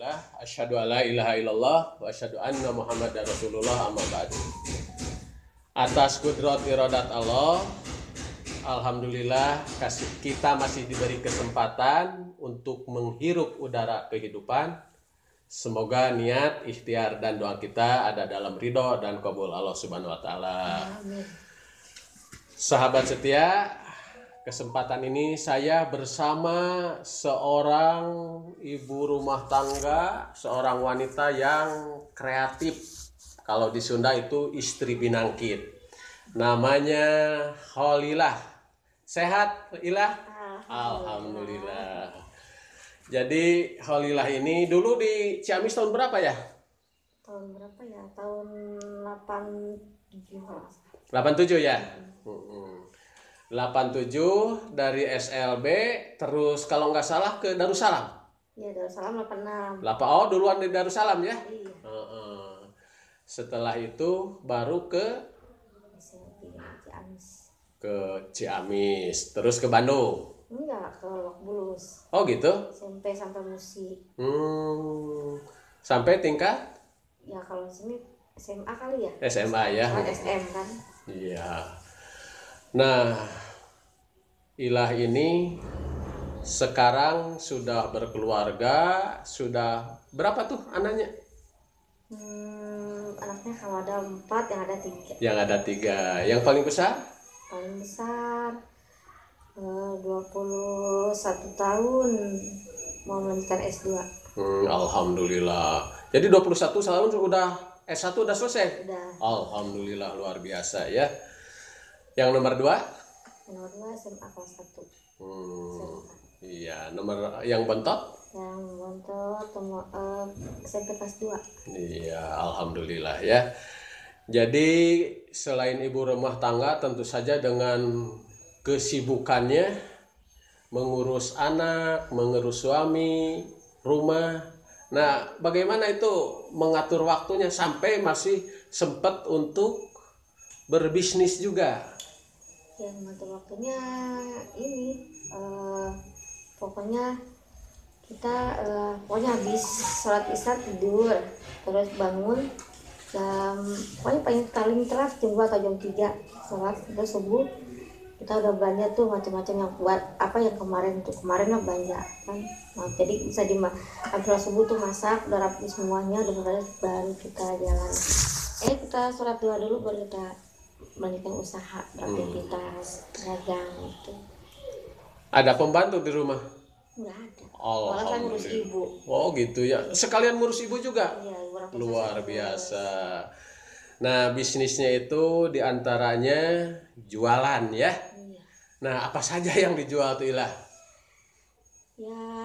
Asyhadu alla ilaha illallah wa asyhadu anna Muhammadar Rasulullah amma ba'du. Atas kudrat iradat Allah, alhamdulillah kita masih diberi kesempatan untuk menghirup udara kehidupan. Semoga niat, ikhtiar dan doa kita ada dalam ridho dan qabul Allah Subhanahu wa taala. Sahabat setia, kesempatan ini saya bersama seorang ibu rumah tangga, seorang wanita yang kreatif. Kalau di Sunda itu istri binangkit. Namanya Kholilah. Sehat, Ilah? Alhamdulillah. Jadi Kholilah ini dulu di Ciamis tahun berapa ya? Tahun berapa ya? Tahun 87. 87 ya? 87 dari SLB, terus kalau nggak salah ke Darussalam. Iya, Darussalam 86. Oh, duluan di Darussalam ya? Iya. Setelah itu baru ke Ciamis. Ciamis, terus ke Bandung. Enggak, ke Lebak Bulus. Oh gitu? SMP sampai musik. Sampai tingkat? Ya kalau di sini SMA kali ya? SMA ya? SM kan? Iya. Nah, Ilah ini sekarang sudah berkeluarga, sudah berapa tuh anaknya? Anaknya kalau ada 4, yang ada 3. Yang ada 3. Yang paling besar? Paling besar 21 tahun, mau melanjutkan S2. Alhamdulillah. Jadi 21 tahun sudah S1 udah selesai? Udah. Alhamdulillah, luar biasa ya. Yang nomor 2? Yang nomor 2 SMA kelas 1. Iya, nomor yang bontot? Yang bontot SMP kelas 2. Iya, alhamdulillah ya. Jadi selain ibu rumah tangga, tentu saja dengan kesibukannya mengurus anak, mengurus suami, rumah. Nah, bagaimana itu mengatur waktunya sampai masih sempat untuk berbisnis juga? Yang mengatur waktunya ini pokoknya kita pokoknya habis sholat isya tidur, terus bangun pokoknya paling telat jam 2 atau jam 3 sholat, terus subuh kita udah belanja tuh macam-macam yang buat apa yang kemarin lah belanja kan. Nah, jadi bisa habis subuh tuh masak udah rapi semuanya, udah beres, baru kita jalan. Kita sholat doa dulu baru kita melanjutkan usaha, aktivitas dagang gitu. Ada pembantu di rumah? Nggak ada. Oh, malah saya ngurus ibu. Oh gitu ya. Sekalian ngurus ibu juga? Iya, luar biasa. Nah, bisnisnya itu diantaranya jualan ya. Iya. Nah, apa saja yang dijual tuh Ilah? Ya,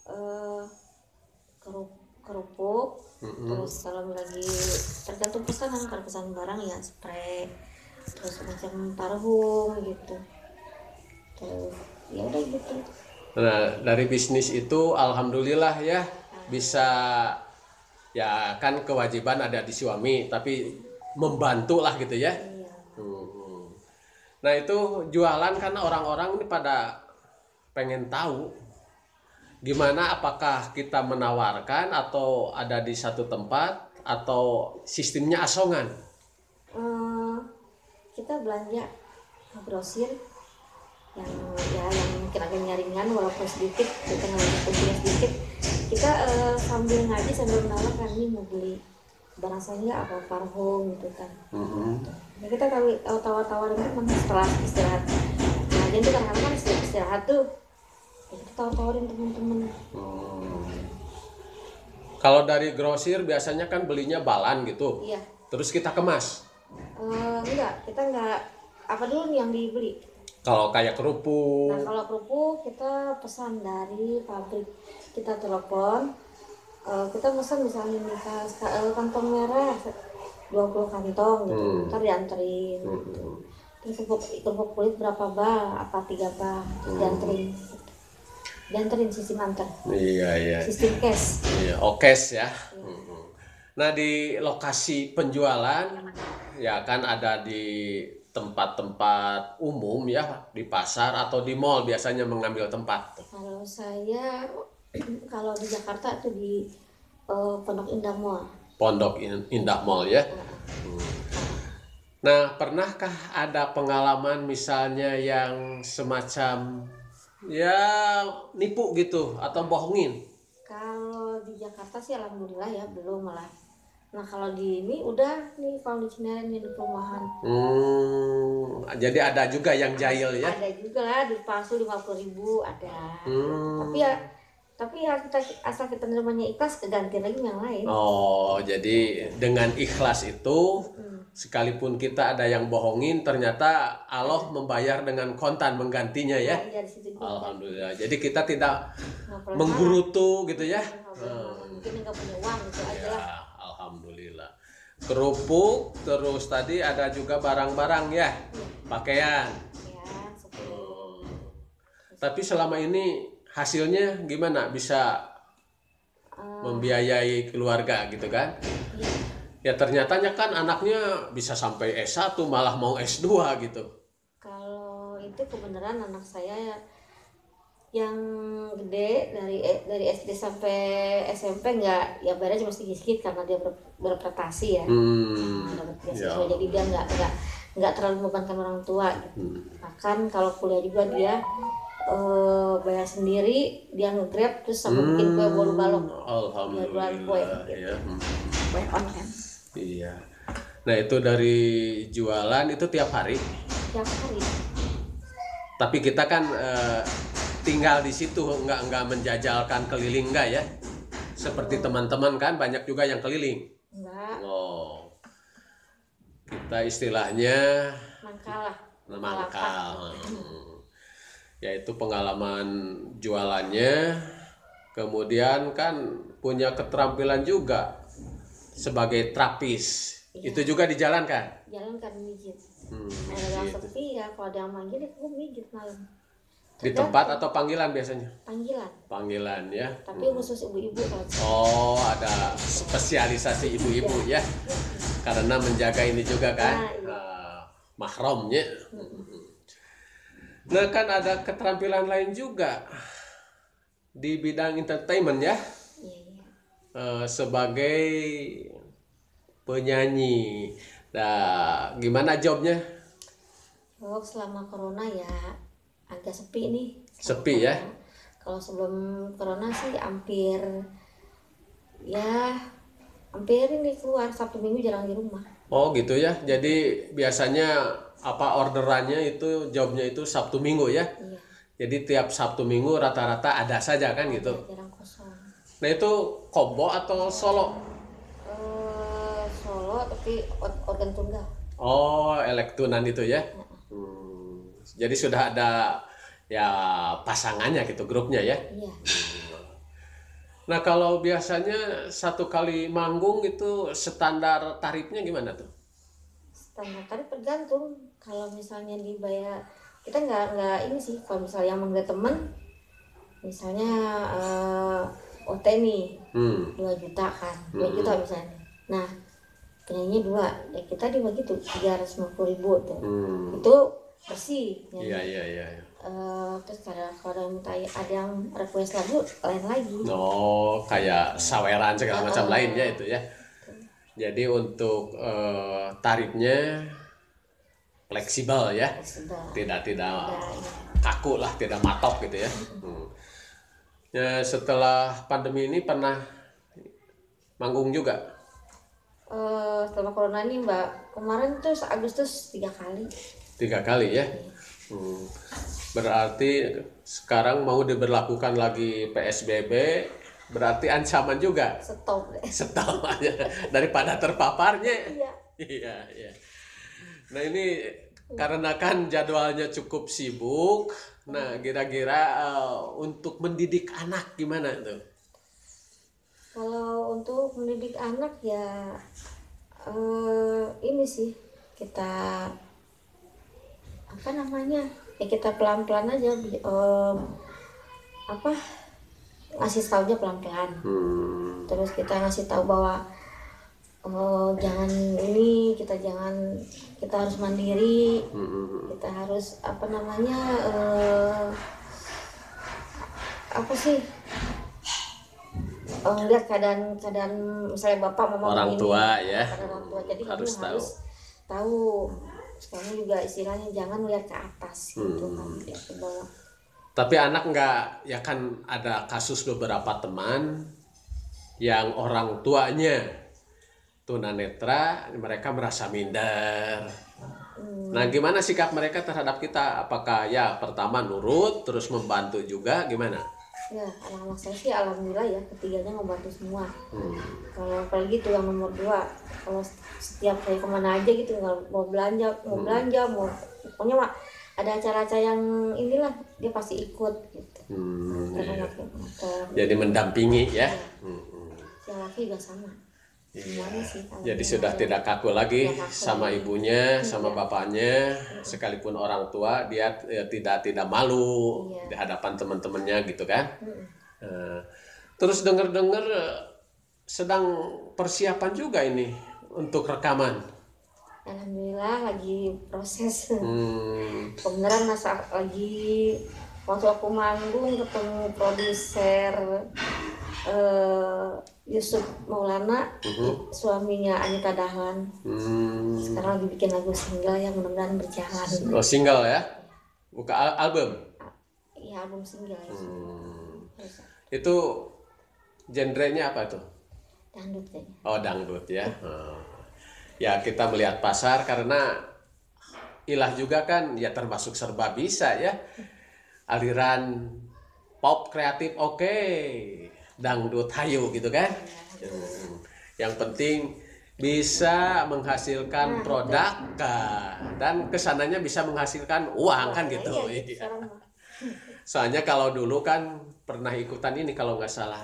kerupuk. Terus kalau lagi tergantung pesanan, kalau pesan barang ya spray, terus macam parfum gitu. Terus ya udah gitu. Nah, dari bisnis itu alhamdulillah ya bisa, ya kan kewajiban ada di suami, tapi membantu lah gitu ya. Iya. Nah, itu jualan kan orang-orang ini pada pengen tahu gimana, apakah kita menawarkan atau ada di satu tempat atau sistemnya asongan? Kita belanja grosir yang mungkin agak nyaringan walaupun sedikit, kita ngelakuin sedikit. Kita sambil ngaji sambil menawarkan nih mau beli barang saya apa parfum gitu kan. Nah, kita tawar-tawarin kan setelah istirahat. Nah, jadi kadang-kadang kan istirahat tuh kita tawar-tawarin teman-teman. Kalau dari grosir biasanya kan belinya balan gitu. Iya. Terus kita kemas. Enggak, kita enggak apa dulu nih yang dibeli. Kalau kayak kerupuk. Nah, kalau kerupuk kita pesan dari pabrik. Kita telepon, kita pesan misalnya kantong merah 20 kantong gitu, ntar dianterin gitu. Terus kerupuk kulit berapa bal, apa 3 bal, dianterin sistem antar. Iya. Sistem cash. Iya, cash ya. Nah, di lokasi penjualan ya kan ada di tempat-tempat umum ya, di pasar atau di mall biasanya mengambil tempat. Kalau saya kalau di Jakarta tuh di Pondok Indah Mall. Pondok Indah Mall ya. Nah, pernahkah ada pengalaman misalnya yang semacam ya nipu gitu atau bohongin? Kalau di Jakarta sih alhamdulillah ya belum malah. Nah kalau di ini udah nih, kalau di Cinere nih di perumahan Jadi ada juga yang jahil ya? ada juga lah di palsu 50.000 ada. Hmm. Tapi ya kita asal kita nerimanya ikhlas, keganti lagi yang lain. Oh, jadi dengan ikhlas itu sekalipun kita ada yang bohongin, ternyata Allah membayar dengan kontan menggantinya ya. Iya, di situ juga. Alhamdulillah. Jadi kita tidak Nggak pernah menggerutu gitu ya. nggak boleh marah. Mungkin nggak punya uang gitu aja lah. Ya, alhamdulillah. Kerupuk, terus tadi ada juga barang-barang ya, pakaian. Ya seperti Tapi selama ini hasilnya gimana? Bisa membiayai keluarga gitu kan? iya. Ya ternyatanya kan anaknya bisa sampai S1 malah mau S2 gitu. Kalau itu kebenaran anak saya yang gede dari SD sampai SMP nggak, ya bayarnya cuma sedikit karena dia berprestasi ya. Dapat beasiswa, Ya. jadi dia nggak terlalu membebankan orang tua gitu. Bahkan kalau kuliah juga dia bayar sendiri, dia nge-grab terus sama bikin kue bolu balok. Dia jualan kue Alhamdulillah gitu. ya. Kue online Iya. Nah itu dari jualan itu tiap hari. tiap hari. Tapi kita kan tinggal di situ nggak menjajalkan keliling nggak ya? Seperti teman-teman kan banyak juga yang keliling. Enggak, Oh, kita istilahnya mangkal lah. mangkal. Yaitu pengalaman jualannya, kemudian kan punya keterampilan juga sebagai terapis. Itu juga dijalankan. Jalan kan mijit. Kalau yang sepi ya, kalau ada yang manggil ya gue mijit malam. Di tempat atau panggilan biasanya? Panggilan. Panggilan ya. Tapi khusus ibu-ibu kalau Oh, ada spesialisasi ibu-ibu ya. Karena menjaga ini juga kan, mahramnya. Nah, kan ada keterampilan lain juga di bidang entertainment ya. iya. Sebagai penyanyi. Nah, gimana jobnya? Oh, selama corona ya agak sepi nih. Sepi ya? Kalau sebelum corona sih hampir ini keluar, Sabtu Minggu jarang di rumah. Oh gitu ya. Jadi biasanya apa orderannya itu jobnya itu Sabtu Minggu ya. Iya, Jadi tiap Sabtu Minggu rata-rata ada saja kan gitu. jarang kosong. Nah itu combo atau solo? Solo tapi organ tunggal. Oh elektunan itu ya. Jadi sudah ada ya pasangannya gitu grupnya ya. Iya. Nah kalau biasanya satu kali manggung itu standar tarifnya gimana tuh? Standar tarif tergantung. Kalau misalnya dibayar, kita nggak ini sih. Kalau misalnya yang manggil temen, misalnya OT nih 2 juta kan, 2 juta misalnya. Nah penyanyinya 2, ya kita dibagi tuh 350.000 tuh. Itu bersih. Iya. Terus kalau minta ada yang request lagu lain lagi. Oh kayak saweran segala macam lain ya itu ya. Jadi untuk tarifnya fleksibel ya, tidak kaku lah, tidak matok gitu ya. Ya setelah pandemi ini pernah manggung juga? Setelah corona ini Mbak, kemarin tuh Agustus 3 kali. 3 kali ya. Berarti sekarang mau diberlakukan lagi PSBB, berarti ancaman juga. Stop deh. Stop aja daripada terpaparnya. Iya. Iya. Nah ini karena kan jadwalnya cukup sibuk. Nah kira-kira untuk mendidik anak gimana tuh? Kalau untuk mendidik anak ya ini sih kita ya kita pelan-pelan aja ngasih tahunya pelan-pelan. Terus kita ngasih tahu bahwa kita harus mandiri, kita harus ngeliat keadaan misalnya bapak mama Orang begini, tua ya. keadaan orang tua, jadi kamu Harus harus tahu. Terus kamu juga istilahnya jangan lihat ke atas gitu kan, lihat ke bawah. Tapi anak nggak, ya kan ada kasus beberapa teman yang orang tuanya tunanetra, mereka merasa minder. Nah, gimana sikap mereka terhadap kita? Apakah ya pertama nurut, terus membantu juga, gimana? Ya, anak-anak saya sih alhamdulillah ya, ketiganya membantu semua. Kalau apalagi tuh yang nomor 2, kalau setiap saya kemana aja gitu, mau belanja, mau pokoknya Mak, ada acara-acara yang inilah dia pasti ikut gitu. Iya. Motor. Jadi mendampingi ya. Yang laki juga sama. Semuanya sih. Jadi sudah tidak kaku lagi sama ibunya, sama bapaknya, sekalipun orang tua, dia tidak malu di hadapan teman-temannya gitu kan. Terus dengar-dengar sedang persiapan juga ini untuk rekaman. Alhamdulillah lagi proses. Kebenaran lagi waktu aku manggung ketemu produser Yusuf Maulana, suaminya Anita Dahlan. Sekarang lagi bikin lagu single yang mudah-mudahan berjalan. Oh, single ya? Bukan album? Iya, album single ya. Itu genrenya apa tuh? Dangdut kayaknya. Oh, dangdut ya. Ya, kita melihat pasar karena Ilah juga kan ya termasuk serba bisa ya. Aliran pop kreatif oke. Dangdut hayu gitu kan. Yang penting bisa menghasilkan produk dan kesananya bisa menghasilkan uang kan gitu. Iya. Soalnya kalau dulu kan pernah ikutan ini kalau nggak salah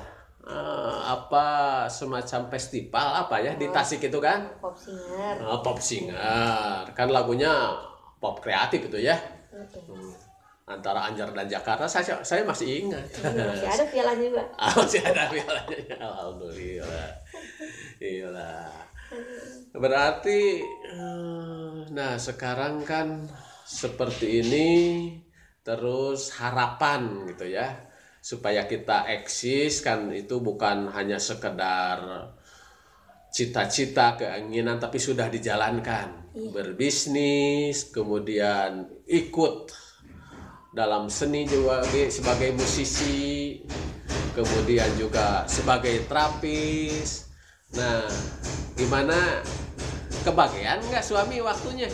semacam festival apa ya di Tasik itu kan. Pop singer. Pop singer kan lagunya pop kreatif itu ya. Antara Anjar dan Jakarta saya masih ingat. Masih ada pialanya juga. Masih ada pialanya. Alhamdulillah. Iyalah. Berarti nah sekarang kan seperti ini, terus harapan gitu ya supaya kita eksis kan itu bukan hanya sekedar cita-cita keinginan tapi sudah dijalankan. Berbisnis, kemudian ikut dalam seni juga sebagai musisi, kemudian juga sebagai terapis. Nah, gimana, kebagian nggak suami waktunya?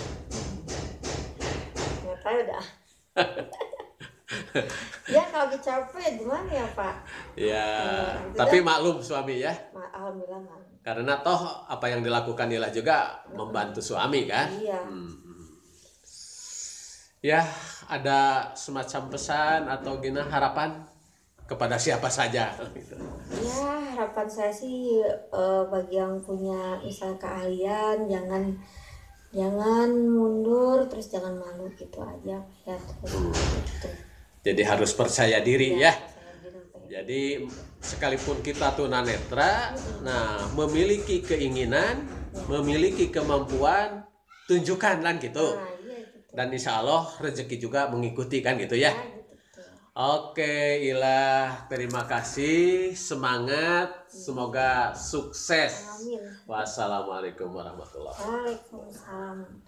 Nggak tahu dah. Ya kalau capek gimana ya Pak? Ya, tapi maklum suami ya. Alhamdulillah maklum. Karena toh apa yang dilakukan Ilah juga membantu suami kan. Iya. Ya, ada semacam pesan atau gina harapan kepada siapa saja gitu. Ya, harapan saya sih bagi yang punya misal keahlian jangan mundur, terus jangan malu gitu aja ya. Gitu. Jadi harus percaya diri ya. Percaya diri. Jadi sekalipun kita tunanetra, nah memiliki keinginan, memiliki kemampuan, tunjukkan kan gitu. Nah, iya gitu. Dan insya Allah rezeki juga mengikuti kan gitu ya. Nah, gitu. Oke, Ilah, terima kasih, semangat, semoga sukses. Amin. Wassalamualaikum warahmatullahi wabarakatuh. Waalaikumsalam.